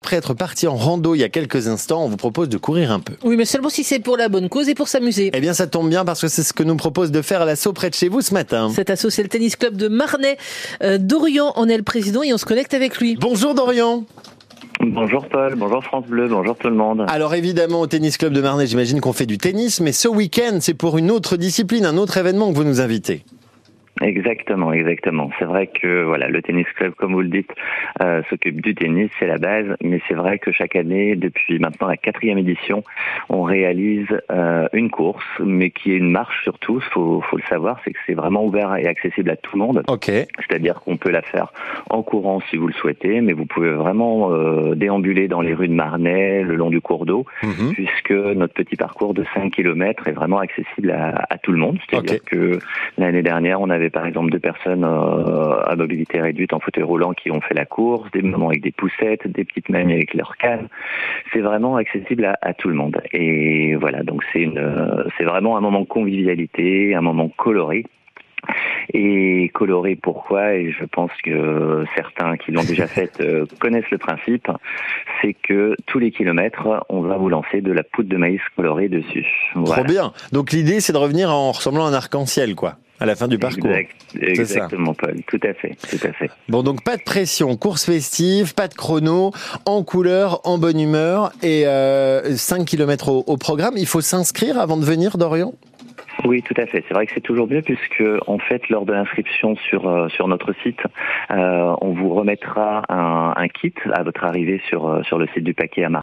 après être parti en rando il y a quelques instants, on vous propose de courir un peu. Oui, mais seulement si c'est pour la bonne cause et pour s'amuser. Eh bien, ça tombe bien parce que c'est ce que nous propose de faire l'asso près de chez vous ce matin. Cet asso, c'est le tennis club de Marnay. Dorian en est le président et on se connecte avec lui. Bonjour Dorian. Bonjour Paul, bonjour France Bleu, bonjour tout le monde. Alors évidemment, au tennis club de Marnay, j'imagine qu'on fait du tennis, mais ce week-end, c'est pour une autre discipline, un autre événement que vous nous invitez. Exactement. C'est vrai que voilà, le tennis club, comme vous le dites, s'occupe du tennis, c'est la base. Mais c'est vrai que chaque année, depuis maintenant la 4e édition, on réalise une course, mais qui est une marche surtout. Faut le savoir, c'est que c'est vraiment ouvert et accessible à tout le monde. Ok. C'est-à-dire qu'on peut la faire en courant si vous le souhaitez, mais vous pouvez vraiment déambuler dans les rues de Marnay, le long du cours d'eau, puisque notre petit parcours de 5 km est vraiment accessible à tout le monde. C'est-à-dire que l'année dernière, on avait par exemple 2 personnes à mobilité réduite en fauteuil roulant qui ont fait la course, des mamans avec des poussettes, des petites mamies avec leur canne. C'est vraiment accessible à tout le monde. Et voilà, donc c'est vraiment un moment de convivialité, un moment coloré. Et coloré, pourquoi? Et je pense que certains qui l'ont déjà fait connaissent le principe. C'est que tous les kilomètres, on va vous lancer de la poudre de maïs colorée dessus. Voilà. Trop bien. Donc l'idée, c'est de revenir en ressemblant à un arc-en-ciel, quoi, à la fin du parcours. Exactement, Paul. Tout à fait. Bon, donc pas de pression, course festive, pas de chrono, en couleur, en bonne humeur et 5 km au programme. Il faut s'inscrire avant de venir, Dorian ? Oui, tout à fait. C'est vrai que c'est toujours mieux puisque, en fait, lors de l'inscription sur notre site, on vous remettra un kit à votre arrivée sur le site du paquet à Marseille.